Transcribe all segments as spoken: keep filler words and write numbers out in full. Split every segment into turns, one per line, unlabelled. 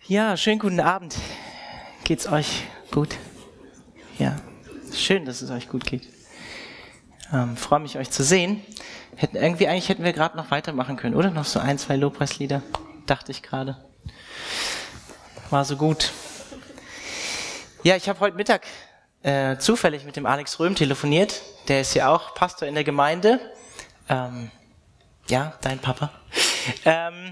Ja, schönen guten Abend. Geht's euch gut? Ja, schön, dass es euch gut geht. Ähm, freue mich, euch zu sehen. Hätten irgendwie eigentlich hätten wir gerade noch weitermachen können, oder? Noch so ein, zwei Lobpreislieder, dachte ich gerade. War so gut. Ja, ich habe heute Mittag äh, zufällig mit dem Alex Röhm telefoniert. Der ist ja auch Pastor in der Gemeinde. Ähm, ja, dein Papa. Ähm,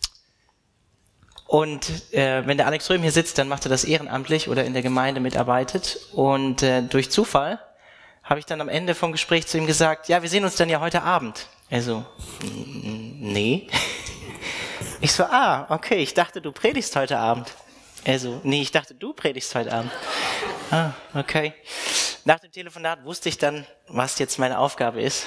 Und äh, wenn der Alex Röhm hier sitzt, dann macht er das ehrenamtlich oder in der Gemeinde mitarbeitet. Und äh, durch Zufall habe ich dann am Ende vom Gespräch zu ihm gesagt, ja, wir sehen uns dann ja heute Abend. Er so, nee. Ich so, ah, okay, ich dachte, du predigst heute Abend. Er so, nee, ich dachte, du predigst heute Abend. Ah, okay. Nach dem Telefonat wusste ich dann, was jetzt meine Aufgabe ist.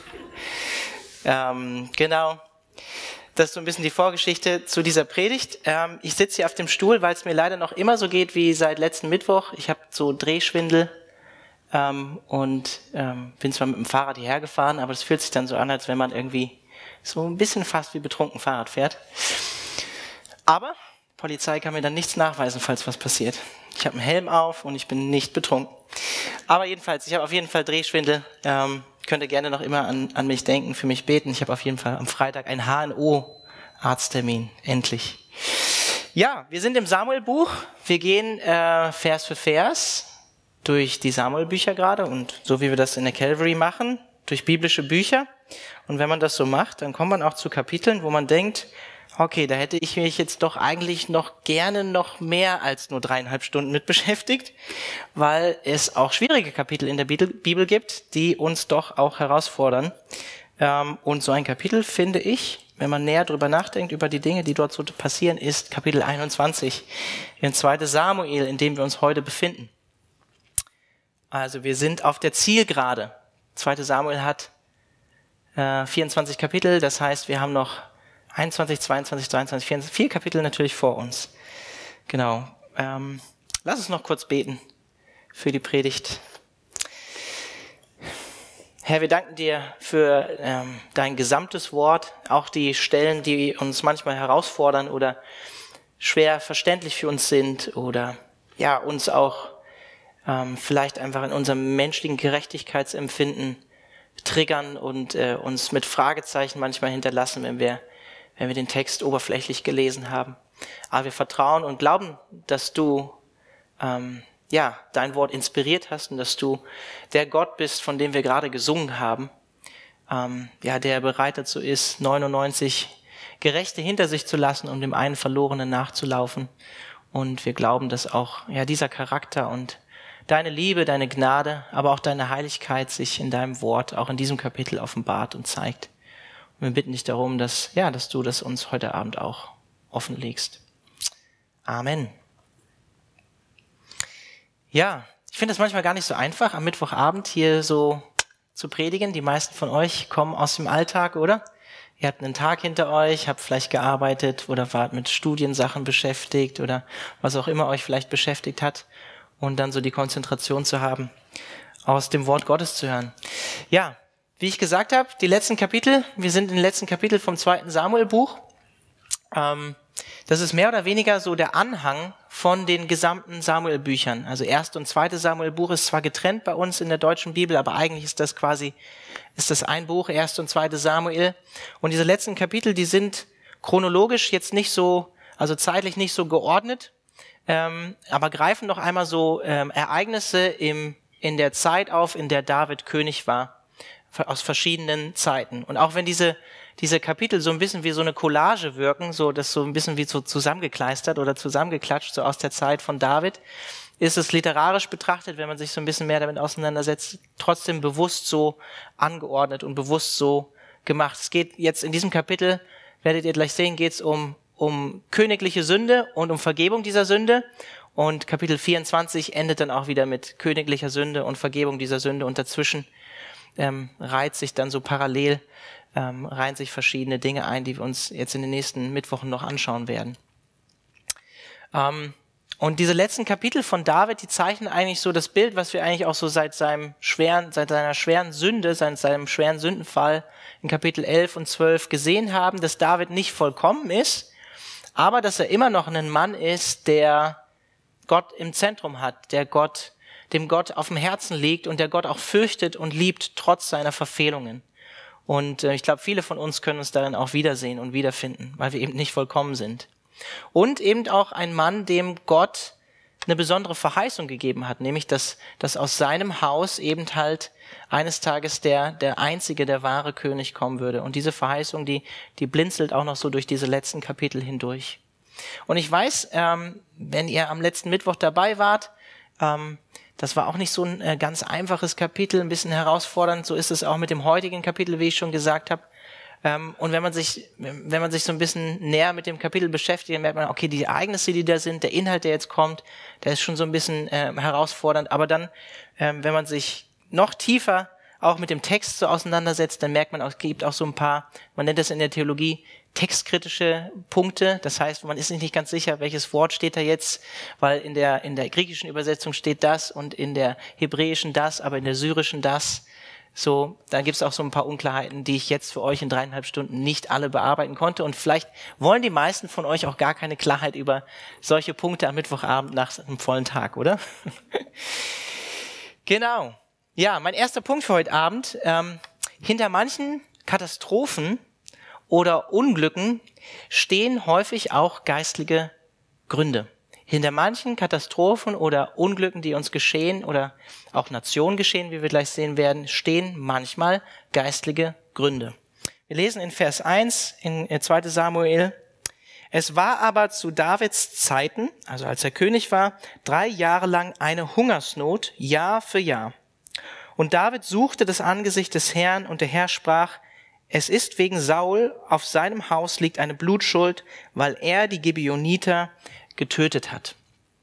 ähm, genau. Das ist so ein bisschen die Vorgeschichte zu dieser Predigt. Ähm, ich sitze hier auf dem Stuhl, weil es mir leider noch immer so geht wie seit letzten Mittwoch. Ich habe so Drehschwindel ähm, und ähm, bin zwar mit dem Fahrrad hierher gefahren, aber es fühlt sich dann so an, als wenn man irgendwie so ein bisschen fast wie betrunken Fahrrad fährt. Aber die Polizei kann mir dann nichts nachweisen, falls was passiert. Ich habe einen Helm auf und ich bin nicht betrunken. Aber jedenfalls, ich habe auf jeden Fall Drehschwindel. Ähm, Könnt ihr gerne noch immer an, an mich denken, für mich beten. Ich habe auf jeden Fall am Freitag einen H N O-Arzttermin, endlich. Ja, wir sind im Samuel-Buch. Wir gehen äh, Vers für Vers durch die Samuel-Bücher gerade und so wie wir das in der Calvary machen, durch biblische Bücher. Und wenn man das so macht, dann kommt man auch zu Kapiteln, wo man denkt, okay, da hätte ich mich jetzt doch eigentlich noch gerne noch mehr als nur dreieinhalb Stunden mit beschäftigt, weil es auch schwierige Kapitel in der Bibel gibt, die uns doch auch herausfordern. Und so ein Kapitel, finde ich, wenn man näher drüber nachdenkt, über die Dinge, die dort so passieren, ist Kapitel einundzwanzig, in zweiter Samuel, in dem wir uns heute befinden. Also wir sind auf der Zielgerade. zweiter Samuel hat äh, vierundzwanzig Kapitel, das heißt, wir haben noch einundzwanzig, zweiundzwanzig, dreiundzwanzig, vierundzwanzig, vier Kapitel natürlich vor uns. Genau. Ähm, lass uns noch kurz beten für die Predigt. Herr, wir danken dir für ähm, dein gesamtes Wort, auch die Stellen, die uns manchmal herausfordern oder schwer verständlich für uns sind oder ja uns auch ähm, vielleicht einfach in unserem menschlichen Gerechtigkeitsempfinden triggern und äh, uns mit Fragezeichen manchmal hinterlassen, wenn wir wenn wir den Text oberflächlich gelesen haben. Aber wir vertrauen und glauben, dass du ähm, ja dein Wort inspiriert hast und dass du der Gott bist, von dem wir gerade gesungen haben, ähm, ja, der bereit dazu ist, neunundneunzig Gerechte hinter sich zu lassen, um dem einen Verlorenen nachzulaufen. Und wir glauben, dass auch ja dieser Charakter und deine Liebe, deine Gnade, aber auch deine Heiligkeit sich in deinem Wort, auch in diesem Kapitel offenbart und zeigt. Wir bitten dich darum, dass, ja, dass du das uns heute Abend auch offenlegst. Amen. Ja, ich finde es manchmal gar nicht so einfach, am Mittwochabend hier so zu predigen. Die meisten von euch kommen aus dem Alltag, oder? Ihr habt einen Tag hinter euch, habt vielleicht gearbeitet oder wart mit Studiensachen beschäftigt oder was auch immer euch vielleicht beschäftigt hat und dann so die Konzentration zu haben, aus dem Wort Gottes zu hören. Ja, wie ich gesagt habe, die letzten Kapitel, wir sind in den letzten Kapitel vom zweiten Samuel-Buch. Ähm, das ist mehr oder weniger so der Anhang von den gesamten Samuel-Büchern. Also erste und zweite Samuel-Buch ist zwar getrennt bei uns in der deutschen Bibel, aber eigentlich ist das quasi, ist das ein Buch, erste und zweite Samuel. Und diese letzten Kapitel, die sind chronologisch jetzt nicht so, also zeitlich nicht so geordnet, ähm, aber greifen noch einmal so ähm, Ereignisse im, in der Zeit auf, in der David König war. Aus verschiedenen Zeiten. Und auch wenn diese diese Kapitel so ein bisschen wie so eine Collage wirken, so das so ein bisschen wie so zusammengekleistert oder zusammengeklatscht, so aus der Zeit von David, ist es literarisch betrachtet, wenn man sich so ein bisschen mehr damit auseinandersetzt, trotzdem bewusst so angeordnet und bewusst so gemacht. Es geht jetzt in diesem Kapitel, werdet ihr gleich sehen, geht es um um königliche Sünde und um Vergebung dieser Sünde. Und Kapitel vierundzwanzig endet dann auch wieder mit königlicher Sünde und Vergebung dieser Sünde und dazwischen Ähm, reiht sich dann so parallel, ähm, reihen sich verschiedene Dinge ein, die wir uns jetzt in den nächsten Mittwochen noch anschauen werden. Ähm, und diese letzten Kapitel von David, die zeichnen eigentlich so das Bild, was wir eigentlich auch so seit seinem schweren, seit seiner schweren Sünde, seit seinem schweren Sündenfall in Kapitel elf und zwölf gesehen haben, dass David nicht vollkommen ist, aber dass er immer noch ein Mann ist, der Gott im Zentrum hat, der Gott, dem Gott auf dem Herzen liegt und der Gott auch fürchtet und liebt, trotz seiner Verfehlungen. Und äh, ich glaube, viele von uns können uns darin auch wiedersehen und wiederfinden, weil wir eben nicht vollkommen sind. Und eben auch ein Mann, dem Gott eine besondere Verheißung gegeben hat, nämlich, dass, dass aus seinem Haus eben halt eines Tages der, der einzige, der wahre König kommen würde. Und diese Verheißung, die, die blinzelt auch noch so durch diese letzten Kapitel hindurch. Und ich weiß, ähm, wenn ihr am letzten Mittwoch dabei wart, ähm, das war auch nicht so ein äh, ganz einfaches Kapitel, ein bisschen herausfordernd. So ist es auch mit dem heutigen Kapitel, wie ich schon gesagt habe. Ähm, und wenn man sich, wenn man sich so ein bisschen näher mit dem Kapitel beschäftigt, dann merkt man, okay, die Ereignisse, die da sind, der Inhalt, der jetzt kommt, der ist schon so ein bisschen äh, herausfordernd. Aber dann, ähm, wenn man sich noch tiefer auch mit dem Text so auseinandersetzt, dann merkt man, es gibt auch so ein paar, man nennt das in der Theologie, textkritische Punkte. Das heißt, man ist sich nicht ganz sicher, welches Wort steht da jetzt, weil in der, in der griechischen Übersetzung steht das und in der hebräischen das, aber in der syrischen das. So, da gibt es auch so ein paar Unklarheiten, die ich jetzt für euch in dreieinhalb Stunden nicht alle bearbeiten konnte. Und vielleicht wollen die meisten von euch auch gar keine Klarheit über solche Punkte am Mittwochabend nach einem vollen Tag, oder? Genau. Ja, mein erster Punkt für heute Abend. Ähm, hinter manchen Katastrophen oder Unglücken stehen häufig auch geistliche Gründe. Hinter manchen Katastrophen oder Unglücken, die uns geschehen oder auch Nationen geschehen, wie wir gleich sehen werden, stehen manchmal geistliche Gründe. Wir lesen in Vers eins in zweiter Samuel: Es war aber zu Davids Zeiten, also als er König war, drei Jahre lang eine Hungersnot, Jahr für Jahr. Und David suchte das Angesicht des Herrn, und der Herr sprach: Es ist wegen Saul, auf seinem Haus liegt eine Blutschuld, weil er die Gibeoniter getötet hat.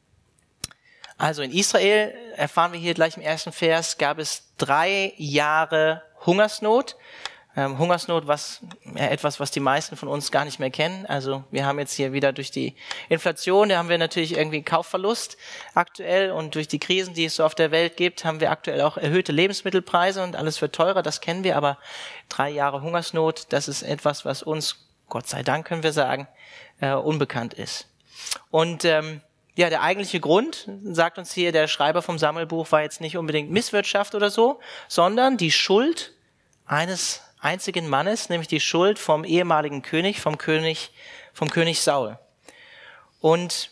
Also in Israel, erfahren wir hier gleich im ersten Vers, gab es drei Jahre Hungersnot. Ähm, Hungersnot, was äh, etwas, was die meisten von uns gar nicht mehr kennen. Also wir haben jetzt hier wieder durch die Inflation, da haben wir natürlich irgendwie Kaufverlust aktuell, und durch die Krisen, die es so auf der Welt gibt, haben wir aktuell auch erhöhte Lebensmittelpreise und alles wird teurer, das kennen wir. Aber drei Jahre Hungersnot, das ist etwas, was uns, Gott sei Dank können wir sagen, äh, unbekannt ist. Und ähm, ja, der eigentliche Grund, sagt uns hier der Schreiber vom Sammelbuch, war jetzt nicht unbedingt Misswirtschaft oder so, sondern die Schuld eines einzigen Mannes, nämlich die Schuld vom ehemaligen König, vom König, vom König Saul. Und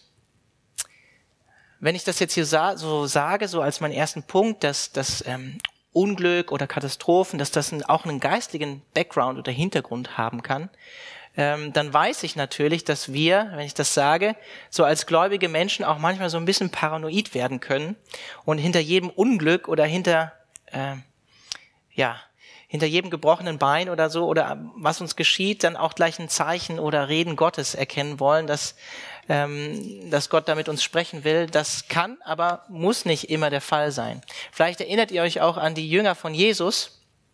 wenn ich das jetzt hier sa- so sage, so als meinen ersten Punkt, dass das ähm, Unglück oder Katastrophen, dass das einen, auch einen geistigen Background oder Hintergrund haben kann, ähm, dann weiß ich natürlich, dass wir, wenn ich das sage, so als gläubige Menschen auch manchmal so ein bisschen paranoid werden können und hinter jedem Unglück oder hinter, äh, ja, hinter jedem gebrochenen Bein oder so oder was uns geschieht, dann auch gleich ein Zeichen oder Reden Gottes erkennen wollen, dass, ähm, dass Gott da mit uns sprechen will. Das kann, aber muss nicht immer der Fall sein. Vielleicht erinnert ihr euch auch an die Jünger von Jesus,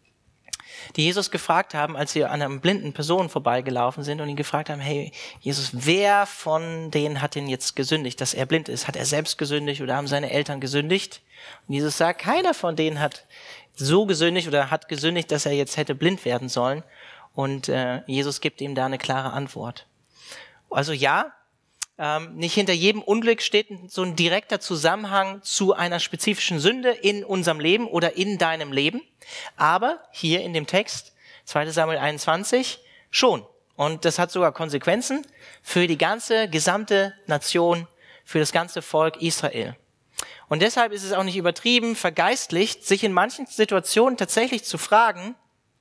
die Jesus gefragt haben, als sie an einer blinden Person vorbeigelaufen sind und ihn gefragt haben: Hey, Jesus, wer von denen hat denn jetzt gesündigt, dass er blind ist? Hat er selbst gesündigt oder haben seine Eltern gesündigt? Und Jesus sagt, keiner von denen hat so gesündigt oder hat gesündigt, dass er jetzt hätte blind werden sollen. Und äh, Jesus gibt ihm da eine klare Antwort. Also ja, ähm, nicht hinter jedem Unglück steht so ein direkter Zusammenhang zu einer spezifischen Sünde in unserem Leben oder in deinem Leben. Aber hier in dem Text, zweiter Samuel einundzwanzig, schon. Und das hat sogar Konsequenzen für die ganze gesamte Nation, für das ganze Volk Israel. Und deshalb ist es auch nicht übertrieben, vergeistlicht, sich in manchen Situationen tatsächlich zu fragen: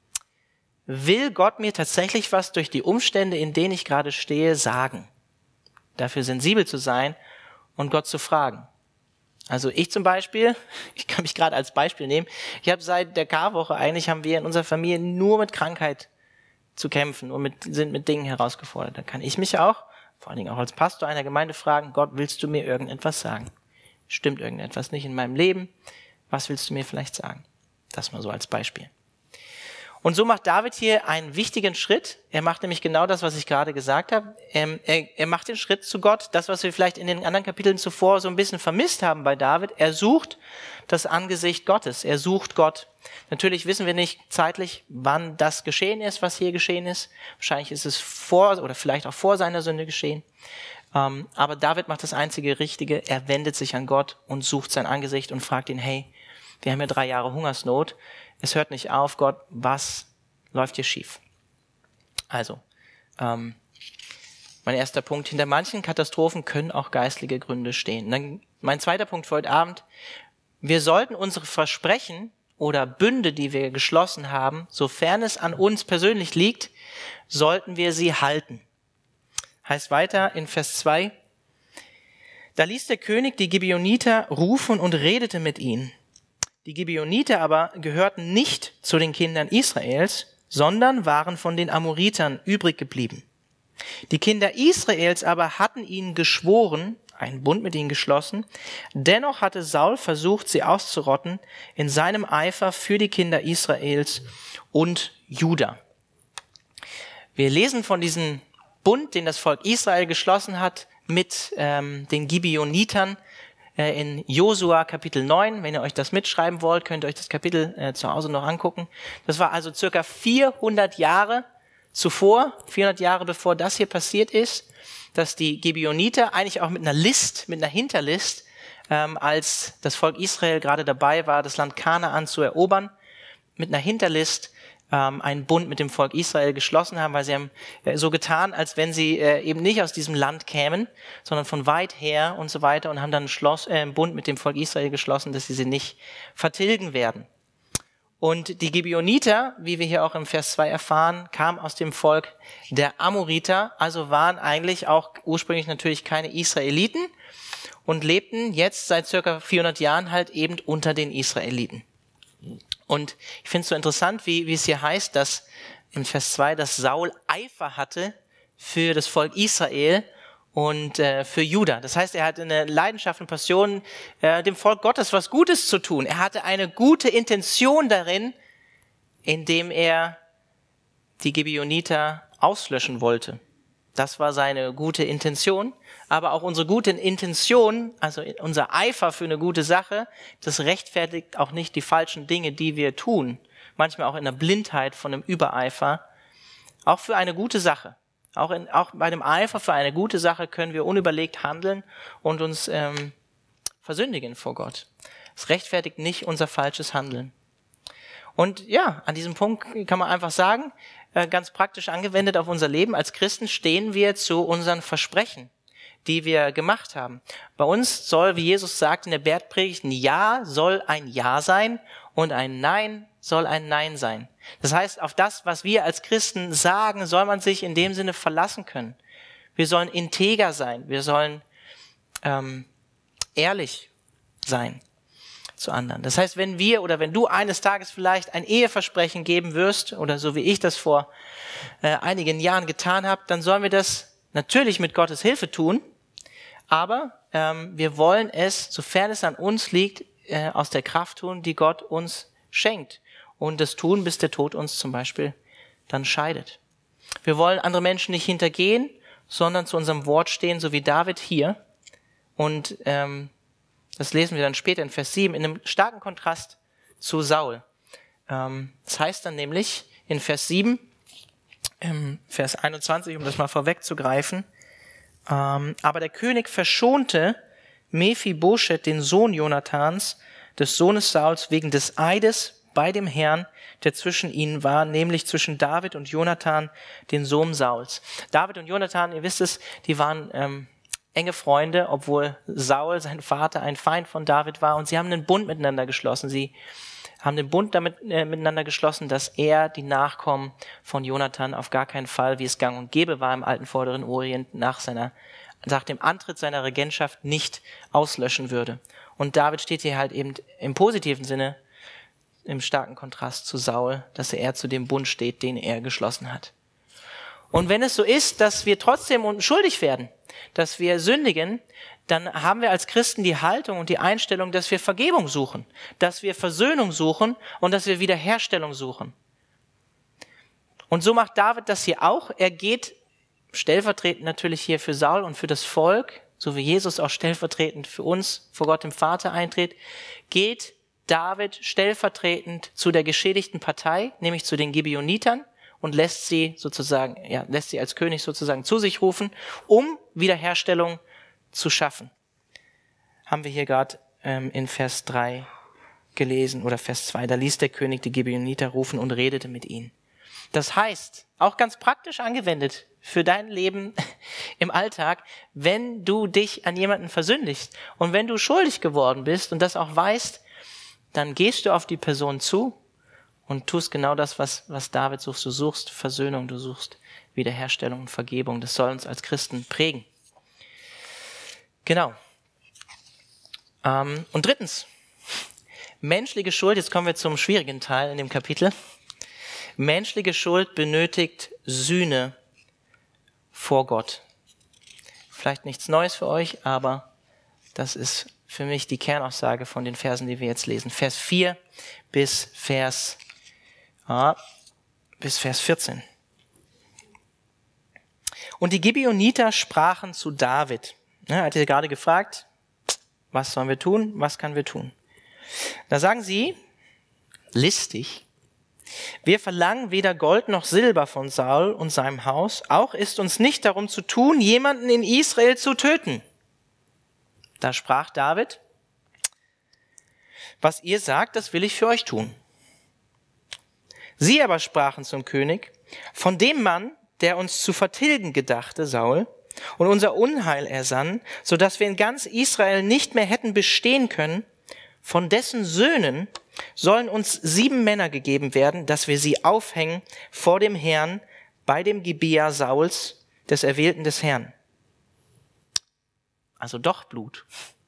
Will Gott mir tatsächlich was durch die Umstände, in denen ich gerade stehe, sagen? Dafür sensibel zu sein und Gott zu fragen. Also ich zum Beispiel, ich kann mich gerade als Beispiel nehmen, ich habe seit der Karwoche eigentlich, haben wir in unserer Familie nur mit Krankheit zu kämpfen und mit, sind mit Dingen herausgefordert. Da kann ich mich auch, vor allen Dingen auch als Pastor einer Gemeinde, fragen: Gott, willst du mir irgendetwas sagen? Stimmt irgendetwas nicht in meinem Leben? Was willst du mir vielleicht sagen? Das mal so als Beispiel. Und so macht David hier einen wichtigen Schritt. Er macht nämlich genau das, was ich gerade gesagt habe. Er, er, er macht den Schritt zu Gott, das, was wir vielleicht in den anderen Kapiteln zuvor so ein bisschen vermisst haben bei David. Er sucht das Angesicht Gottes. Er sucht Gott. Natürlich wissen wir nicht zeitlich, wann das geschehen ist, was hier geschehen ist. Wahrscheinlich ist es vor oder vielleicht auch vor seiner Sünde geschehen. Ähm, aber David macht das einzige Richtige. Er wendet sich an Gott und sucht sein Angesicht und fragt ihn, hey, wir haben ja drei Jahre Hungersnot. Es hört nicht auf, Gott, was läuft hier schief? Also, ähm, mein erster Punkt, hinter manchen Katastrophen können auch geistliche Gründe stehen. Dann mein zweiter Punkt für heute Abend, wir sollten unsere Versprechen oder Bünde, die wir geschlossen haben, sofern es an uns persönlich liegt, sollten wir sie halten. Heißt weiter in Vers zwei, da ließ der König die Gibeoniter rufen und redete mit ihnen. Die Gibeoniter aber gehörten nicht zu den Kindern Israels, sondern waren von den Amoritern übrig geblieben. Die Kinder Israels aber hatten ihnen geschworen, einen Bund mit ihnen geschlossen, dennoch hatte Saul versucht, sie auszurotten in seinem Eifer für die Kinder Israels und Juda. Wir lesen von diesem Bund, den das Volk Israel geschlossen hat mit ähm, den Gibeonitern, in Josua Kapitel neun, wenn ihr euch das mitschreiben wollt, könnt ihr euch das Kapitel äh, zu Hause noch angucken. Das war also circa vierhundert Jahre zuvor, vierhundert Jahre bevor das hier passiert ist, dass die Gibeoniter eigentlich auch mit einer List, mit einer Hinterlist, ähm, als das Volk Israel gerade dabei war, das Land Kanaan zu erobern, mit einer Hinterlist ähm, einen Bund mit dem Volk Israel geschlossen haben, weil sie haben äh, so getan, als wenn sie äh, eben nicht aus diesem Land kämen, sondern von weit her und so weiter und haben dann ein Schloss, äh, einen Bund mit dem Volk Israel geschlossen, dass sie sie nicht vertilgen werden. Und die Gibeoniter, wie wir hier auch im Vers zwei erfahren, kamen aus dem Volk der Amoriter, also waren eigentlich auch ursprünglich natürlich keine Israeliten und lebten jetzt seit circa vierhundert Jahren halt eben unter den Israeliten. Und ich finde es so interessant, wie, wie es hier heißt, dass im Vers zwei, dass Saul Eifer hatte für das Volk Israel und äh, für Juda. Das heißt, er hatte eine Leidenschaft und Passion, äh, dem Volk Gottes was Gutes zu tun. Er hatte eine gute Intention darin, indem er die Gibeoniter auslöschen wollte. Das war seine gute Intention. Aber auch unsere gute Intention, also unser Eifer für eine gute Sache, das rechtfertigt auch nicht die falschen Dinge, die wir tun. Manchmal auch in der Blindheit von einem Übereifer. Auch für eine gute Sache. Auch, in, auch bei dem Eifer für eine gute Sache können wir unüberlegt handeln und uns ähm, versündigen vor Gott. Es rechtfertigt nicht unser falsches Handeln. Und ja, an diesem Punkt kann man einfach sagen, äh, ganz praktisch angewendet auf unser Leben, als Christen stehen wir zu unseren Versprechen, die wir gemacht haben. Bei uns soll, wie Jesus sagt in der Bergpredigt, ein Ja soll ein Ja sein und ein Nein soll ein Nein sein. Das heißt, auf das, was wir als Christen sagen, soll man sich in dem Sinne verlassen können. Wir sollen integer sein, wir sollen ähm, ehrlich sein zu anderen. Das heißt, wenn wir oder wenn du eines Tages vielleicht ein Eheversprechen geben wirst, oder so wie ich das vor äh, einigen Jahren getan habe, dann sollen wir das natürlich mit Gottes Hilfe tun, aber ähm, wir wollen es, sofern es an uns liegt, äh, aus der Kraft tun, die Gott uns schenkt. Und das tun, bis der Tod uns zum Beispiel dann scheidet. Wir wollen andere Menschen nicht hintergehen, sondern zu unserem Wort stehen, so wie David hier. Und ähm, das lesen wir dann später in Vers sieben, in einem starken Kontrast zu Saul. Ähm, das heißt dann nämlich in Vers sieben, im Vers einundzwanzig, um das mal vorwegzugreifen, ähm, aber der König verschonte Mephibosheth, den Sohn Jonathans, des Sohnes Sauls, wegen des Eides bei dem Herrn, der zwischen ihnen war, nämlich zwischen David und Jonathan, den Sohn Sauls. David und Jonathan, ihr wisst es, die waren ähm, enge Freunde, obwohl Saul, sein Vater, ein Feind von David war, und sie haben einen Bund miteinander geschlossen. Sie haben den Bund damit äh, miteinander geschlossen, dass er die Nachkommen von Jonathan auf gar keinen Fall, wie es gang und gäbe war im alten Vorderen Orient, nach seiner nach dem Antritt seiner Regentschaft nicht auslöschen würde. Und David steht hier halt eben im positiven Sinne im starken Kontrast zu Saul, dass er zu dem Bund steht, den er geschlossen hat. Und wenn es so ist, dass wir trotzdem schuldig werden, dass wir sündigen, dann haben wir als Christen die Haltung und die Einstellung, dass wir Vergebung suchen, dass wir Versöhnung suchen und dass wir Wiederherstellung suchen. Und so macht David das hier auch. Er geht stellvertretend natürlich hier für Saul und für das Volk, so wie Jesus auch stellvertretend für uns vor Gott dem Vater eintritt, geht David stellvertretend zu der geschädigten Partei, nämlich zu den Gibeonitern, und lässt sie sozusagen, ja, lässt sie als König sozusagen zu sich rufen, um Wiederherstellung zu schaffen. Haben wir hier gerade ähm, in Vers drei gelesen oder Vers zwei. Da ließ der König die Gibeoniter rufen und redete mit ihnen. Das heißt, auch ganz praktisch angewendet für dein Leben im Alltag, wenn du dich an jemanden versündigst und wenn du schuldig geworden bist und das auch weißt, dann gehst du auf die Person zu und tust genau das, was, was David sucht. Du suchst Versöhnung, du suchst Wiederherstellung und Vergebung. Das soll uns als Christen prägen. Genau. Ähm, und drittens, menschliche Schuld, jetzt kommen wir zum schwierigen Teil in dem Kapitel. Menschliche Schuld benötigt Sühne vor Gott. Vielleicht nichts Neues für euch, aber das ist für mich die Kernaussage von den Versen, die wir jetzt lesen. Vers vier bis Vers, ah, bis Vers vierzehn. Und die Gibeoniter sprachen zu David. Er hat ja gerade gefragt, was sollen wir tun? Was können wir tun? Da sagen sie, listig, wir verlangen weder Gold noch Silber von Saul und seinem Haus, auch ist uns nicht darum zu tun, jemanden in Israel zu töten. Da sprach David, was ihr sagt, das will ich für euch tun. Sie aber sprachen zum König, von dem Mann, der uns zu vertilgen gedachte, Saul, und unser Unheil ersann, so dass wir in ganz Israel nicht mehr hätten bestehen können, von dessen Söhnen sollen uns sieben Männer gegeben werden, dass wir sie aufhängen vor dem Herrn bei dem Gibea Sauls, des Erwählten des Herrn. Also doch Blut.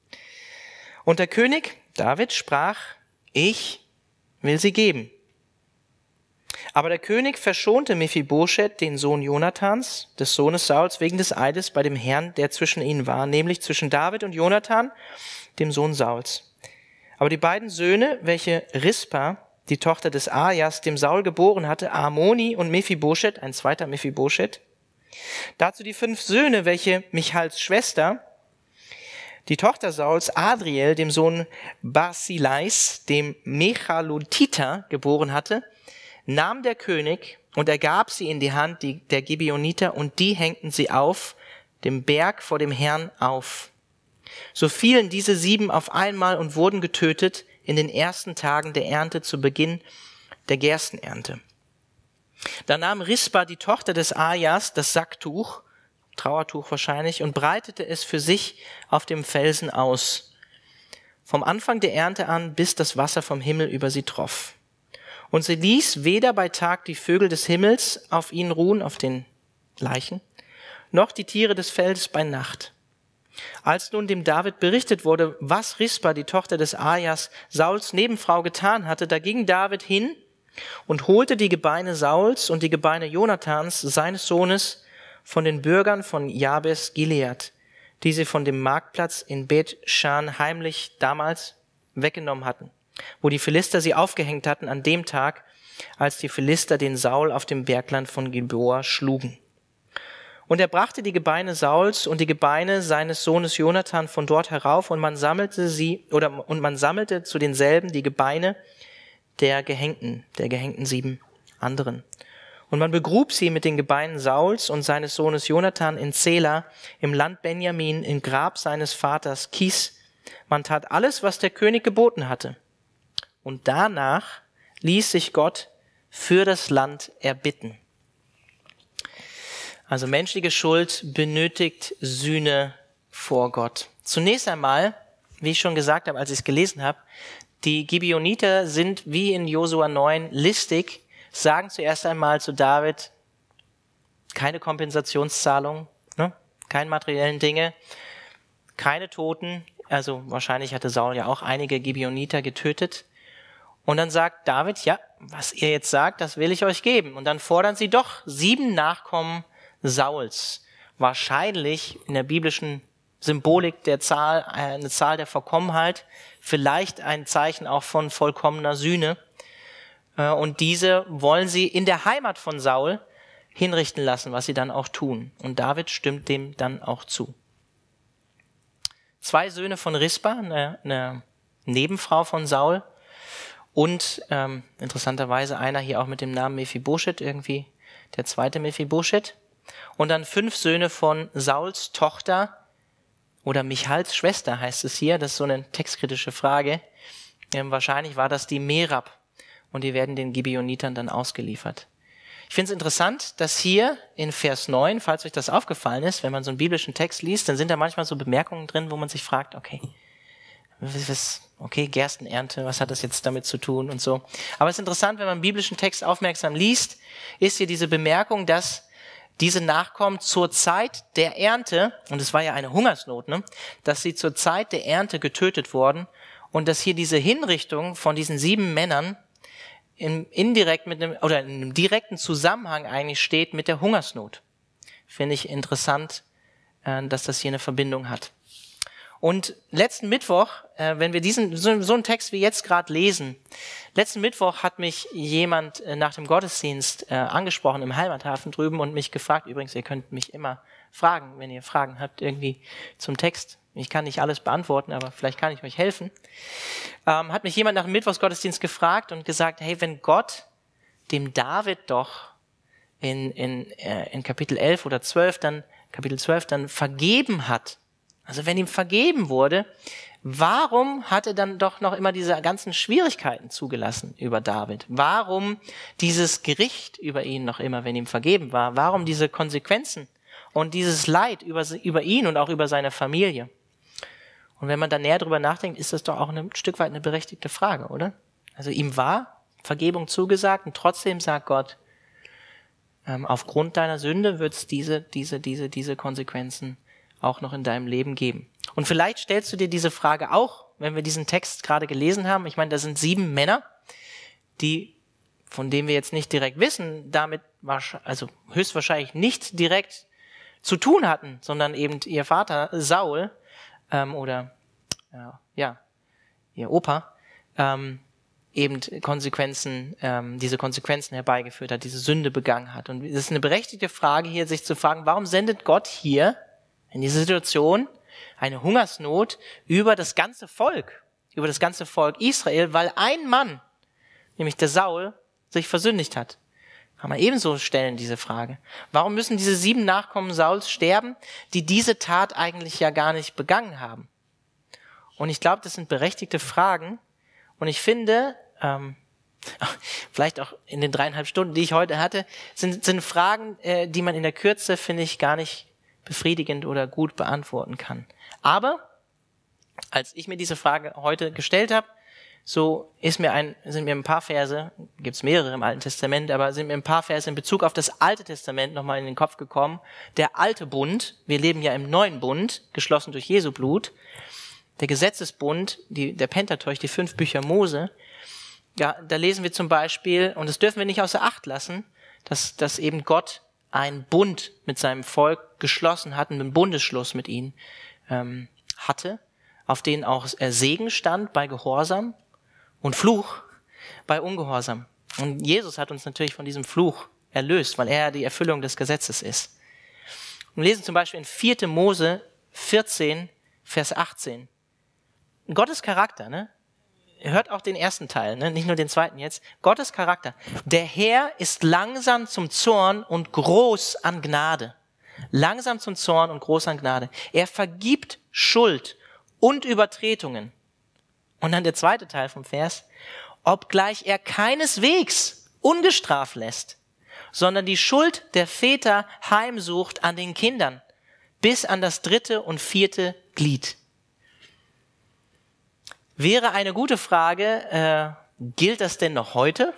Und der König David sprach, ich will sie geben. Aber der König verschonte Mephibosheth, den Sohn Jonathans, des Sohnes Sauls, wegen des Eides bei dem Herrn, der zwischen ihnen war, nämlich zwischen David und Jonathan, dem Sohn Sauls. Aber die beiden Söhne, welche Rispa, die Tochter des Ajas, dem Saul geboren hatte, Armoni und Mephibosheth, ein zweiter Mephibosheth, dazu die fünf Söhne, welche Michals Schwester, die Tochter Sauls, Adriel, dem Sohn Barsilais, dem Mechalotiter, geboren hatte, nahm der König und er gab sie in die Hand der Gibeoniter und die hängten sie auf dem Berg vor dem Herrn auf. So fielen diese sieben auf einmal und wurden getötet in den ersten Tagen der Ernte zu Beginn der Gerstenernte. Da nahm Rispa, die Tochter des Ajas, das Sacktuch, Trauertuch wahrscheinlich, und breitete es für sich auf dem Felsen aus, vom Anfang der Ernte an, bis das Wasser vom Himmel über sie troff. Und sie ließ weder bei Tag die Vögel des Himmels auf ihnen ruhen, auf den Leichen, noch die Tiere des Feldes bei Nacht. Als nun dem David berichtet wurde, was Rispa, die Tochter des Ajas, Sauls Nebenfrau, getan hatte, da ging David hin und holte die Gebeine Sauls und die Gebeine Jonathans, seines Sohnes, von den Bürgern von Jabes Gilead, die sie von dem Marktplatz in Bet-Schan heimlich damals weggenommen hatten, wo die Philister sie aufgehängt hatten an dem Tag, als die Philister den Saul auf dem Bergland von Gilboa schlugen. Und er brachte die Gebeine Sauls und die Gebeine seines Sohnes Jonathan von dort herauf, und man sammelte sie, oder, und man sammelte zu denselben die Gebeine der Gehängten, der Gehängten sieben anderen. Und man begrub sie mit den Gebeinen Sauls und seines Sohnes Jonathan in Zela, im Land Benjamin, im Grab seines Vaters Kis. Man tat alles, was der König geboten hatte. Und danach ließ sich Gott für das Land erbitten. Also menschliche Schuld benötigt Sühne vor Gott. Zunächst einmal, wie ich schon gesagt habe, als ich es gelesen habe, die Gibeoniter sind wie in Josua neun listig, sagen zuerst einmal zu David, keine Kompensationszahlung, ne? Keine materiellen Dinge, keine Toten. Also wahrscheinlich hatte Saul ja auch einige Gibeoniter getötet. Und dann sagt David, ja, was ihr jetzt sagt, das will ich euch geben. Und dann fordern sie doch sieben Nachkommen Sauls. Wahrscheinlich in der biblischen Symbolik der Zahl, eine Zahl der Vollkommenheit, vielleicht ein Zeichen auch von vollkommener Sühne. Äh, und diese wollen sie in der Heimat von Saul hinrichten lassen, was sie dann auch tun. Und David stimmt dem dann auch zu. Zwei Söhne von Rispa, eine, eine Nebenfrau von Saul, und ähm, interessanterweise einer hier auch mit dem Namen Mephibosheth, irgendwie der zweite Mephibosheth. Und dann fünf Söhne von Sauls Tochter oder Michals Schwester heißt es hier. Das ist so eine textkritische Frage. Ähm, wahrscheinlich war das die Merab und die werden den Gibeonitern dann ausgeliefert. Ich finde es interessant, dass hier in Vers neun, falls euch das aufgefallen ist, wenn man so einen biblischen Text liest, dann sind da manchmal so Bemerkungen drin, wo man sich fragt, okay, was, okay, Gerstenernte, was hat das jetzt damit zu tun und so. Aber es ist interessant, wenn man einen biblischen Text aufmerksam liest, ist hier diese Bemerkung, dass diese Nachkommen zur Zeit der Ernte, und es war ja eine Hungersnot, ne, dass sie zur Zeit der Ernte getötet wurden und dass hier diese Hinrichtung von diesen sieben Männern im indirekt mit einem oder in einem direkten Zusammenhang eigentlich steht mit der Hungersnot. Finde ich interessant, äh, dass das hier eine Verbindung hat. Und letzten Mittwoch, äh, wenn wir diesen so, so einen Text wie jetzt gerade lesen, letzten Mittwoch hat mich jemand äh, nach dem Gottesdienst äh, angesprochen im Heimathafen drüben und mich gefragt, übrigens, ihr könnt mich immer fragen, wenn ihr Fragen habt irgendwie zum Text. Ich kann nicht alles beantworten, aber vielleicht kann ich euch helfen. Ähm, hat mich jemand nach dem Mittwochsgottesdienst gefragt und gesagt, hey, wenn Gott dem David doch in, in, äh, in Kapitel elf oder zwölf dann, Kapitel zwölf dann vergeben hat, also wenn ihm vergeben wurde, warum hat er dann doch noch immer diese ganzen Schwierigkeiten zugelassen über David? Warum dieses Gericht über ihn noch immer, wenn ihm vergeben war? Warum diese Konsequenzen und dieses Leid über, über ihn und auch über seine Familie? Und wenn man da näher drüber nachdenkt, ist das doch auch ein Stück weit eine berechtigte Frage, oder? Also ihm war Vergebung zugesagt und trotzdem sagt Gott, ähm, aufgrund deiner Sünde wird es diese, diese, diese, diese Konsequenzen auch noch in deinem Leben geben. Und vielleicht stellst du dir diese Frage auch, wenn wir diesen Text gerade gelesen haben. Ich meine, da sind sieben Männer, die, von denen wir jetzt nicht direkt wissen, damit also höchstwahrscheinlich nicht direkt zu tun hatten, sondern eben ihr Vater Saul ähm, oder äh, ja ihr Opa ähm, eben Konsequenzen, ähm, diese Konsequenzen herbeigeführt hat, diese Sünde begangen hat. Und es ist eine berechtigte Frage hier, sich zu fragen, warum sendet Gott hier in dieser Situation eine Hungersnot über das ganze Volk, über das ganze Volk Israel, weil ein Mann, nämlich der Saul, sich versündigt hat. Kann man ebenso stellen, diese Frage. Warum müssen diese sieben Nachkommen Sauls sterben, die diese Tat eigentlich ja gar nicht begangen haben? Und ich glaube, das sind berechtigte Fragen. Und ich finde, ähm, vielleicht auch in den dreieinhalb Stunden, die ich heute hatte, sind, sind Fragen, äh, die man in der Kürze, finde ich, gar nicht befriedigend oder gut beantworten kann. Aber als ich mir diese Frage heute gestellt habe, so ist mir ein, sind mir ein paar Verse, gibt es mehrere im Alten Testament, aber sind mir ein paar Verse in Bezug auf das Alte Testament nochmal in den Kopf gekommen. Der alte Bund, wir leben ja im neuen Bund, geschlossen durch Jesu Blut. Der Gesetzesbund, die, der Pentateuch, die fünf Bücher Mose, ja, da lesen wir zum Beispiel, und das dürfen wir nicht außer Acht lassen, dass, dass eben Gott einen Bund mit seinem Volk geschlossen hat, einen Bundesschluss mit ihnen ähm, hatte, auf den auch Segen stand bei Gehorsam und Fluch bei Ungehorsam. Und Jesus hat uns natürlich von diesem Fluch erlöst, weil er die Erfüllung des Gesetzes ist. Wir lesen zum Beispiel in vierte Mose vierzehn, Vers achtzehn. Gottes Charakter, ne? Hört auch den ersten Teil, ne? Nicht nur den zweiten jetzt. Gottes Charakter. Der Herr ist langsam zum Zorn und groß an Gnade. Langsam zum Zorn und groß an Gnade. Er vergibt Schuld und Übertretungen. Und dann der zweite Teil vom Vers. Obgleich er keineswegs ungestraft lässt, sondern die Schuld der Väter heimsucht an den Kindern, bis an das dritte und vierte Glied. Wäre eine gute Frage, äh, gilt das denn noch heute?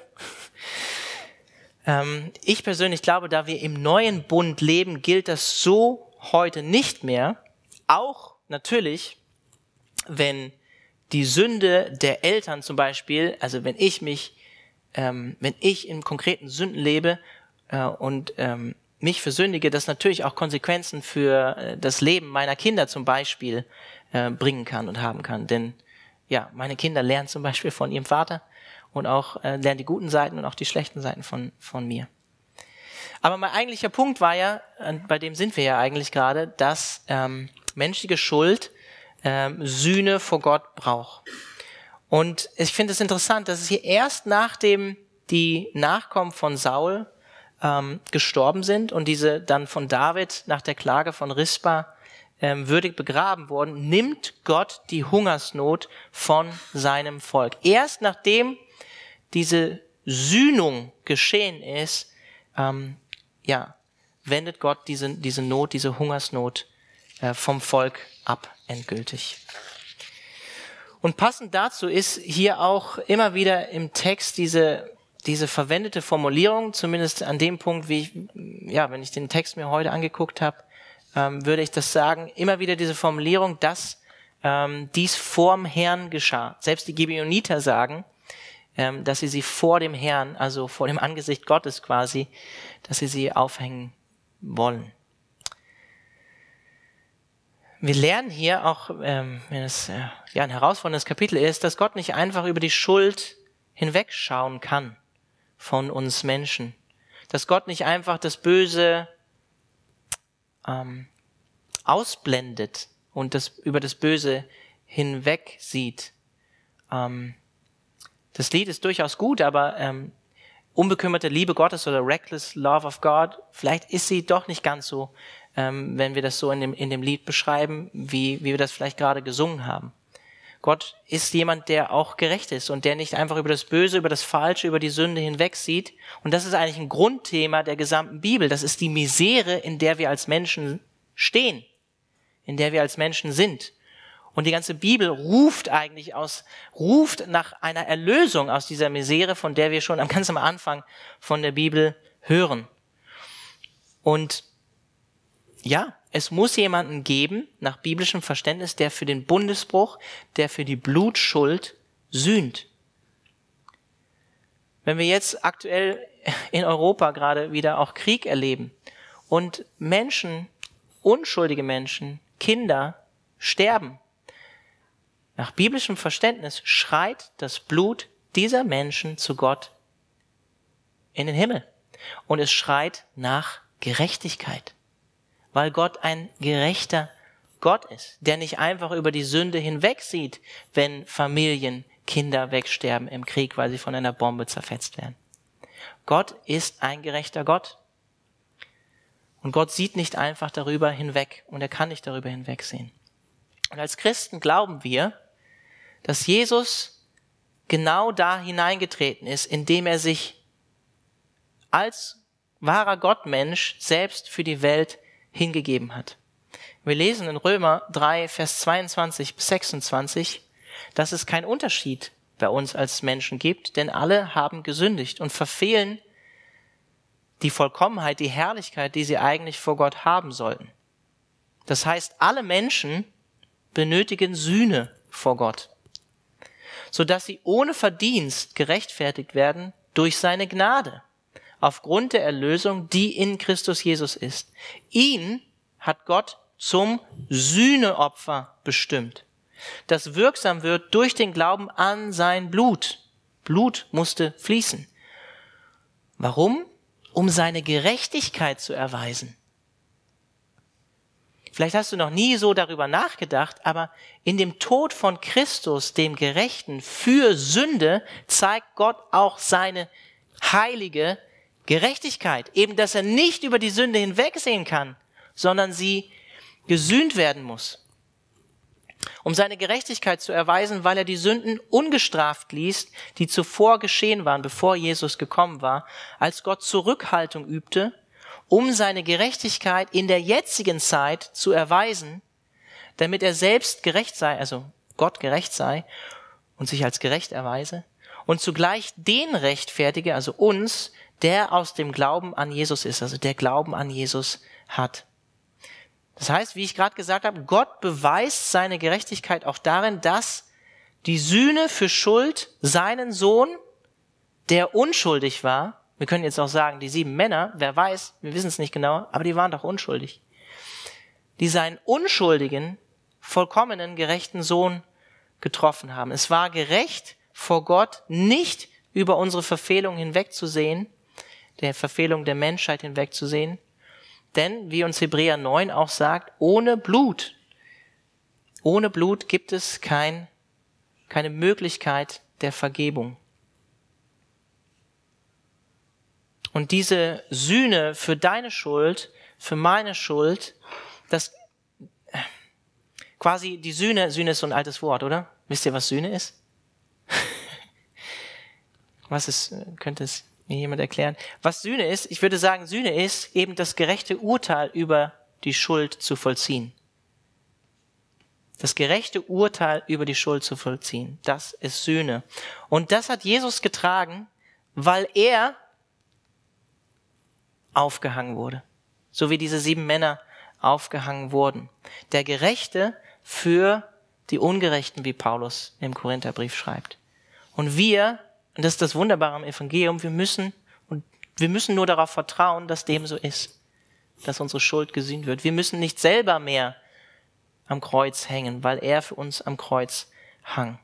ähm, ich persönlich glaube, da wir im neuen Bund leben, gilt das so heute nicht mehr. Auch natürlich, wenn die Sünde der Eltern zum Beispiel, also wenn ich mich, ähm, wenn ich in konkreten Sünden lebe äh, und ähm, mich versündige, das natürlich auch Konsequenzen für äh, das Leben meiner Kinder zum Beispiel äh, bringen kann und haben kann. Denn ja, meine Kinder lernen zum Beispiel von ihrem Vater und auch äh, lernt die guten Seiten und auch die schlechten Seiten von, von mir. Aber mein eigentlicher Punkt war ja, bei dem sind wir ja eigentlich gerade, dass ähm, menschliche Schuld ähm, Sühne vor Gott braucht. Und ich finde es interessant, dass es hier erst nachdem die Nachkommen von Saul ähm, gestorben sind und diese dann von David nach der Klage von Rispa ähm, würdig begraben wurden, nimmt Gott die Hungersnot von seinem Volk. Erst nachdem diese Sühnung geschehen ist, ähm, ja, wendet Gott diese, diese Not, diese Hungersnot äh, vom Volk ab, endgültig. Und passend dazu ist hier auch immer wieder im Text diese, diese verwendete Formulierung, zumindest an dem Punkt, wie ich, ja, wenn ich den Text mir heute angeguckt habe, ähm, würde ich das sagen, immer wieder diese Formulierung, dass ähm, dies vorm Herrn geschah. Selbst die Gibeoniter sagen, ähm, dass sie sie vor dem Herrn, also vor dem Angesicht Gottes quasi, dass sie sie aufhängen wollen. Wir lernen hier auch, ähm, wenn es äh, ja ein herausforderndes Kapitel ist, dass Gott nicht einfach über die Schuld hinwegschauen kann von uns Menschen. Dass Gott nicht einfach das Böse ähm, ausblendet und das über das Böse hinweg sieht. Ähm, das Lied ist durchaus gut, aber ähm, unbekümmerte Liebe Gottes oder reckless love of God, vielleicht ist sie doch nicht ganz so, ähm, wenn wir das so in dem, in dem Lied beschreiben, wie, wie wir das vielleicht gerade gesungen haben. Gott ist jemand, der auch gerecht ist und der nicht einfach über das Böse, über das Falsche, über die Sünde hinweg sieht. Und das ist eigentlich ein Grundthema der gesamten Bibel. Das ist die Misere, in der wir als Menschen stehen, in der wir als Menschen sind. Und die ganze Bibel ruft eigentlich aus, ruft nach einer Erlösung aus dieser Misere, von der wir schon am ganz am Anfang von der Bibel hören. Und ja, es muss jemanden geben, nach biblischem Verständnis, der für den Bundesbruch, der für die Blutschuld sühnt. Wenn wir jetzt aktuell in Europa gerade wieder auch Krieg erleben und Menschen, unschuldige Menschen, Kinder sterben, nach biblischem Verständnis schreit das Blut dieser Menschen zu Gott in den Himmel. Und es schreit nach Gerechtigkeit. Weil Gott ein gerechter Gott ist, der nicht einfach über die Sünde hinwegsieht, wenn Familien, Kinder wegsterben im Krieg, weil sie von einer Bombe zerfetzt werden. Gott ist ein gerechter Gott. Und Gott sieht nicht einfach darüber hinweg und er kann nicht darüber hinwegsehen. Und als Christen glauben wir, dass Jesus genau da hineingetreten ist, indem er sich als wahrer Gottmensch selbst für die Welt hingegeben hat. Wir lesen in Römer drei, Vers zweiundzwanzig bis sechsundzwanzig, dass es keinen Unterschied bei uns als Menschen gibt, denn alle haben gesündigt und verfehlen die Vollkommenheit, die Herrlichkeit, die sie eigentlich vor Gott haben sollten. Das heißt, alle Menschen benötigen Sühne vor Gott, sodass sie ohne Verdienst gerechtfertigt werden durch seine Gnade, aufgrund der Erlösung, die in Christus Jesus ist. Ihn hat Gott zum Sühneopfer bestimmt, das wirksam wird durch den Glauben an sein Blut. Blut musste fließen. Warum? Um seine Gerechtigkeit zu erweisen. Vielleicht hast du noch nie so darüber nachgedacht, aber in dem Tod von Christus, dem Gerechten, für Sünde, zeigt Gott auch seine heilige Gerechtigkeit. Eben, dass er nicht über die Sünde hinwegsehen kann, sondern sie gesühnt werden muss. Um seine Gerechtigkeit zu erweisen, weil er die Sünden ungestraft ließ, die zuvor geschehen waren, bevor Jesus gekommen war, als Gott Zurückhaltung übte, um seine Gerechtigkeit in der jetzigen Zeit zu erweisen, damit er selbst gerecht sei, also Gott gerecht sei und sich als gerecht erweise und zugleich den rechtfertige, also uns, der aus dem Glauben an Jesus ist, also der Glauben an Jesus hat. Das heißt, wie ich gerade gesagt habe, Gott beweist seine Gerechtigkeit auch darin, dass die Sühne für Schuld seinen Sohn, der unschuldig war, wir können jetzt auch sagen, die sieben Männer, wer weiß, wir wissen es nicht genau, aber die waren doch unschuldig, die seinen unschuldigen, vollkommenen, gerechten Sohn getroffen haben. Es war gerecht vor Gott, nicht über unsere Verfehlung hinwegzusehen, der Verfehlung der Menschheit hinwegzusehen. Denn, wie uns Hebräer neun auch sagt, ohne Blut, ohne Blut gibt es kein, keine Möglichkeit der Vergebung. Und diese Sühne für deine Schuld, für meine Schuld, das quasi die Sühne, Sühne ist so ein altes Wort, oder? Wisst ihr, was Sühne ist? Was ist, könnte es mir jemand erklären? Was Sühne ist, ich würde sagen, Sühne ist eben das gerechte Urteil über die Schuld zu vollziehen. Das gerechte Urteil über die Schuld zu vollziehen, das ist Sühne. Und das hat Jesus getragen, weil er aufgehangen wurde. So wie diese sieben Männer aufgehangen wurden. Der Gerechte für die Ungerechten, wie Paulus im Korintherbrief schreibt. Und wir, und das ist das Wunderbare am Evangelium, wir müssen, und wir müssen nur darauf vertrauen, dass dem so ist, dass unsere Schuld gesühnt wird. Wir müssen nicht selber mehr am Kreuz hängen, weil er für uns am Kreuz hang.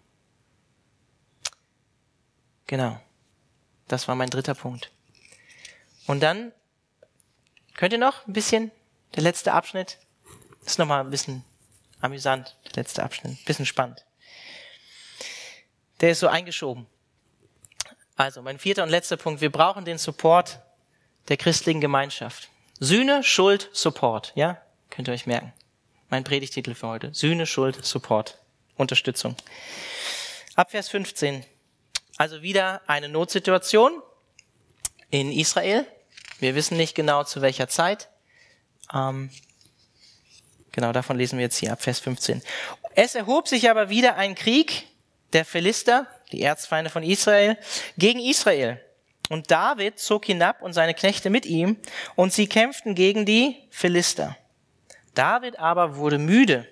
Genau. Das war mein dritter Punkt. Und dann könnt ihr noch ein bisschen, der letzte Abschnitt, ist nochmal ein bisschen amüsant, der letzte Abschnitt, ein bisschen spannend. Der ist so eingeschoben. Also, mein vierter und letzter Punkt, wir brauchen den Support der christlichen Gemeinschaft. Sühne, Schuld, Support, ja? Könnt ihr euch merken. Mein Predigtitel für heute. Sühne, Schuld, Support. Unterstützung. Ab Vers fünfzehn. Also wieder eine Notsituation in Israel. Wir wissen nicht genau, zu welcher Zeit. Ähm, genau, davon lesen wir jetzt hier ab Vers fünfzehn. Es erhob sich aber wieder ein Krieg der Philister, die Erzfeinde von Israel, gegen Israel. Und David zog hinab und seine Knechte mit ihm, und sie kämpften gegen die Philister. David aber wurde müde.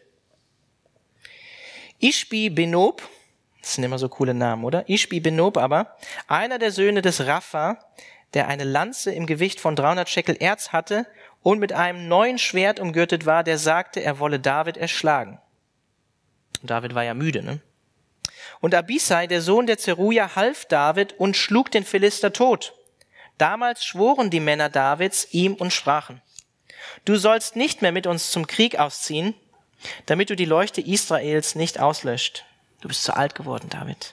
Ischbi-Benob, das sind immer so coole Namen, oder? Ischbi-Benob aber, einer der Söhne des Rapha, der eine Lanze im Gewicht von dreihundert Schekel Erz hatte und mit einem neuen Schwert umgürtet war, der sagte, er wolle David erschlagen. Und David war ja müde, ne? Und Abisai, der Sohn der Zeruja, half David und schlug den Philister tot. Damals schworen die Männer Davids ihm und sprachen: Du sollst nicht mehr mit uns zum Krieg ausziehen, damit du die Leuchte Israels nicht auslöscht. Du bist zu alt geworden, David.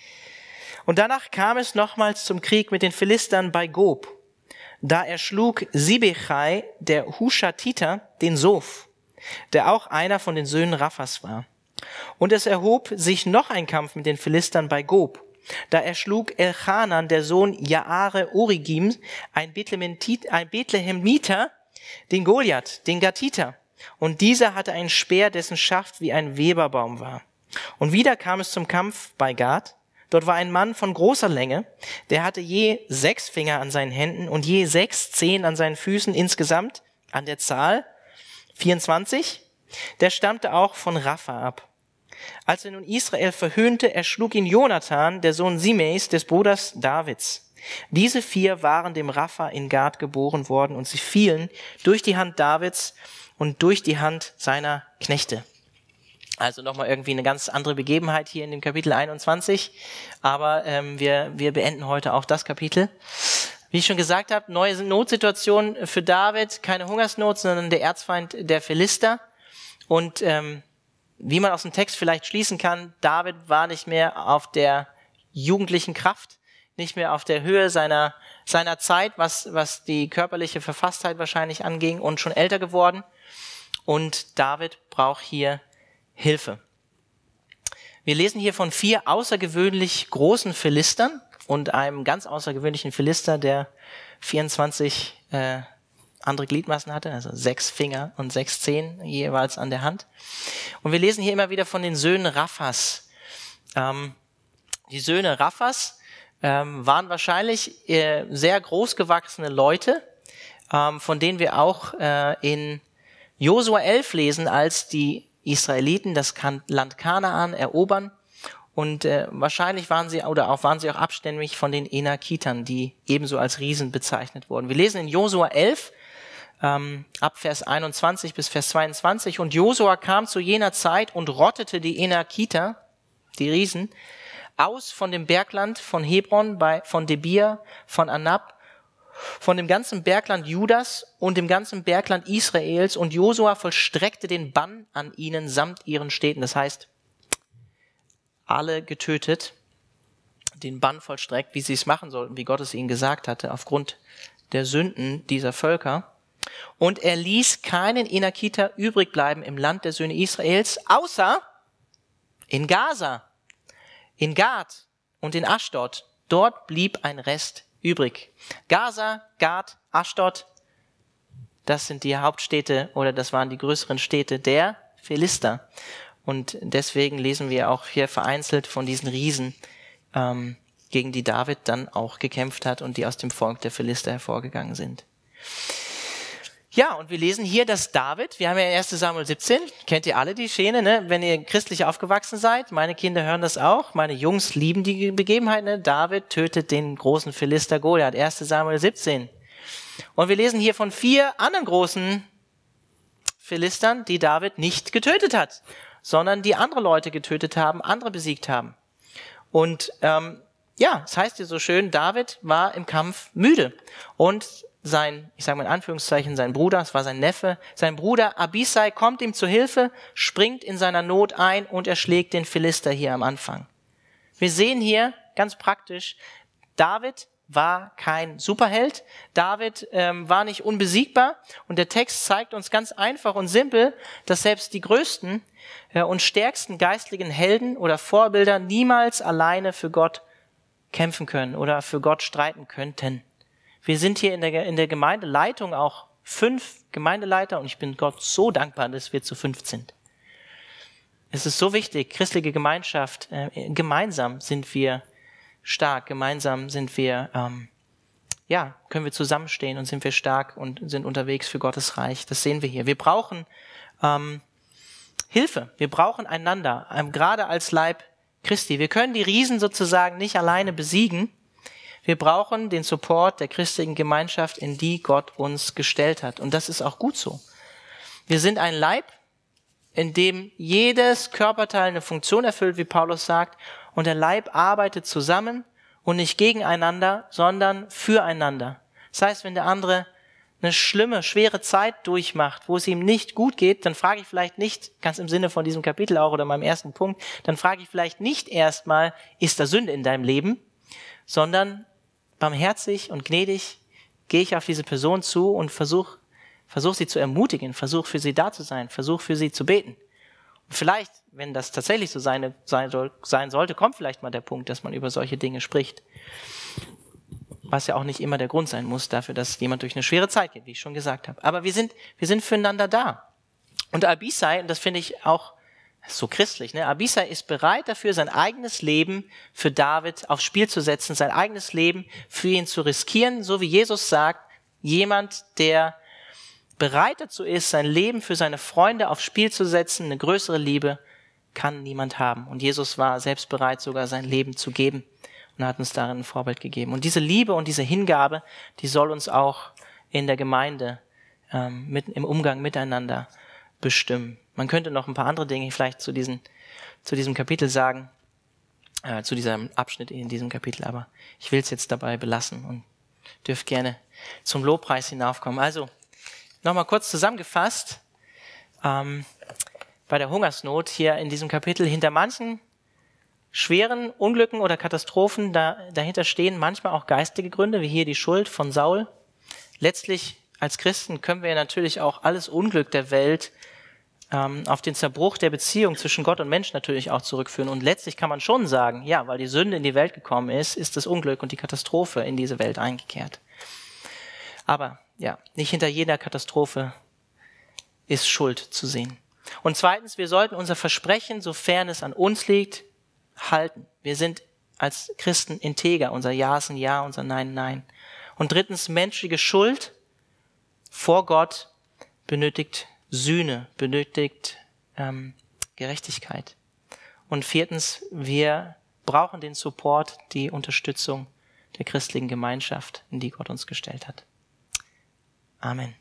Und danach kam es nochmals zum Krieg mit den Philistern bei Gob. Da erschlug Sibechai, der Hushatiter, den Soph, der auch einer von den Söhnen Raphas war. Und es erhob sich noch ein Kampf mit den Philistern bei Gob. Da erschlug Elchanan, der Sohn Jaare Origim, ein Bethlehemiter, den Goliath, den Gatiter. Und dieser hatte einen Speer, dessen Schaft wie ein Weberbaum war. Und wieder kam es zum Kampf bei Gad. Dort war ein Mann von großer Länge, der hatte je sechs Finger an seinen Händen und je sechs Zehen an seinen Füßen, insgesamt an der Zahl vierundzwanzig. Der stammte auch von Rapha ab. Als er nun Israel verhöhnte, erschlug ihn Jonathan, der Sohn Simeis, des Bruders Davids. Diese vier waren dem Rapha in Gad geboren worden, und sie fielen durch die Hand Davids und durch die Hand seiner Knechte. Also nochmal irgendwie eine ganz andere Begebenheit hier in dem Kapitel einundzwanzig. Aber ähm, wir, wir beenden heute auch das Kapitel. Wie ich schon gesagt habe, neue Notsituation für David, keine Hungersnot, sondern der Erzfeind der Philister. Und ähm, wie man aus dem Text vielleicht schließen kann, David war nicht mehr auf der jugendlichen Kraft, nicht mehr auf der Höhe seiner seiner Zeit, was was die körperliche Verfasstheit wahrscheinlich anging, und schon älter geworden. Und David braucht hier Hilfe. Wir lesen hier von vier außergewöhnlich großen Philistern und einem ganz außergewöhnlichen Philister, der vierundzwanzig äh, andere Gliedmaßen hatte, also sechs Finger und sechs Zehen jeweils an der Hand. Und wir lesen hier immer wieder von den Söhnen Raphas. Ähm, die Söhne Raphas ähm, waren wahrscheinlich äh, sehr großgewachsene Leute, ähm, von denen wir auch äh, in Josua elf lesen, als die Israeliten das Land Kanaan erobern. Und äh, wahrscheinlich waren sie oder auch waren sie auch abstämmig von den Enakitern, die ebenso als Riesen bezeichnet wurden. Wir lesen in Josua elf, ähm, ab Vers einundzwanzig bis Vers zweiundzwanzig. Und Josua kam zu jener Zeit und rottete die Enakiter, die Riesen, aus von dem Bergland von Hebron, bei, von Debir, von Anab, von dem ganzen Bergland Judas und dem ganzen Bergland Israels, und Josua vollstreckte den Bann an ihnen samt ihren Städten. Das heißt, alle getötet, den Bann vollstreckt, wie sie es machen sollten, wie Gott es ihnen gesagt hatte, aufgrund der Sünden dieser Völker. Und er ließ keinen Enakiter übrig bleiben im Land der Söhne Israels, außer in Gaza, in Gad und in Aschdod. Dort blieb ein Rest übrig. Gaza, Gad, Aschdod, das sind die Hauptstädte oder das waren die größeren Städte der Philister. Und deswegen lesen wir auch hier vereinzelt von diesen Riesen, ähm, gegen die David dann auch gekämpft hat und die aus dem Volk der Philister hervorgegangen sind. Ja, und wir lesen hier, dass David, wir haben ja erster Samuel siebzehn, kennt ihr alle die Szene, ne? Wenn ihr christlich aufgewachsen seid, meine Kinder hören das auch, meine Jungs lieben die Begebenheit, ne? David tötet den großen Philister Goliath, erster Samuel siebzehn. Und wir lesen hier von vier anderen großen Philistern, die David nicht getötet hat, sondern die andere Leute getötet haben, andere besiegt haben. Und ähm, ja, es heißt hier so schön, David war im Kampf müde. Und sein, ich sage mal in Anführungszeichen, sein Bruder, es war sein Neffe, sein Bruder Abisai kommt ihm zu Hilfe, springt in seiner Not ein und erschlägt den Philister hier am Anfang. Wir sehen hier ganz praktisch, David war kein Superheld, David ähm, war nicht unbesiegbar, und der Text zeigt uns ganz einfach und simpel, dass selbst die größten äh, und stärksten geistlichen Helden oder Vorbilder niemals alleine für Gott kämpfen können oder für Gott streiten könnten. Wir sind hier in der, in der Gemeindeleitung auch fünf Gemeindeleiter, und ich bin Gott so dankbar, dass wir zu fünf sind. Es ist so wichtig, christliche Gemeinschaft, äh, gemeinsam sind wir stark, gemeinsam sind wir, ähm, ja, können wir zusammenstehen und sind wir stark und sind unterwegs für Gottes Reich. Das sehen wir hier. Wir brauchen ähm, Hilfe, wir brauchen einander, ähm, gerade als Leib Christi. Wir können die Riesen sozusagen nicht alleine besiegen. Wir brauchen den Support der christlichen Gemeinschaft, in die Gott uns gestellt hat. Und das ist auch gut so. Wir sind ein Leib, in dem jedes Körperteil eine Funktion erfüllt, wie Paulus sagt. Und der Leib arbeitet zusammen und nicht gegeneinander, sondern füreinander. Das heißt, wenn der andere eine schlimme, schwere Zeit durchmacht, wo es ihm nicht gut geht, dann frage ich vielleicht nicht, ganz im Sinne von diesem Kapitel auch oder meinem ersten Punkt, dann frage ich vielleicht nicht erstmal, ist da Sünde in deinem Leben, sondern barmherzig und gnädig gehe ich auf diese Person zu und versuche versuch sie zu ermutigen, versuche für sie da zu sein, versuche für sie zu beten. Und vielleicht, wenn das tatsächlich so sein, sein, soll, sein sollte, kommt vielleicht mal der Punkt, dass man über solche Dinge spricht. Was ja auch nicht immer der Grund sein muss dafür, dass jemand durch eine schwere Zeit geht, wie ich schon gesagt habe. Aber wir sind, wir sind füreinander da. Und Abisai, und das finde ich auch so christlich, ne? Abisai ist bereit dafür, sein eigenes Leben für David aufs Spiel zu setzen, sein eigenes Leben für ihn zu riskieren, so wie Jesus sagt, jemand, der bereit dazu ist, sein Leben für seine Freunde aufs Spiel zu setzen, eine größere Liebe kann niemand haben. Und Jesus war selbst bereit, sogar sein Leben zu geben und hat uns darin ein Vorbild gegeben. Und diese Liebe und diese Hingabe, die soll uns auch in der Gemeinde, ähm, mit, im Umgang miteinander bestimmen. Man könnte noch ein paar andere Dinge vielleicht zu, diesen, zu diesem Kapitel sagen, äh, zu diesem Abschnitt in diesem Kapitel, aber ich will es jetzt dabei belassen und dürft gerne zum Lobpreis hinaufkommen. Also, nochmal kurz zusammengefasst, ähm, bei der Hungersnot hier in diesem Kapitel, hinter manchen schweren Unglücken oder Katastrophen, da, dahinter stehen manchmal auch geistige Gründe, wie hier die Schuld von Saul. Letztlich als Christen können wir natürlich auch alles Unglück der Welt ähm, auf den Zerbruch der Beziehung zwischen Gott und Mensch natürlich auch zurückführen. Und letztlich kann man schon sagen, ja, weil die Sünde in die Welt gekommen ist, ist das Unglück und die Katastrophe in diese Welt eingekehrt. Aber ja, nicht hinter jeder Katastrophe ist Schuld zu sehen. Und zweitens, wir sollten unser Versprechen, sofern es an uns liegt, halten. Wir sind als Christen integer. Unser Ja ist ein Ja, unser Nein, Nein. Und drittens, menschliche Schuld vor Gott benötigt Sühne, benötigt ähm, Gerechtigkeit. Und viertens, wir brauchen den Support, die Unterstützung der christlichen Gemeinschaft, in die Gott uns gestellt hat. Amen.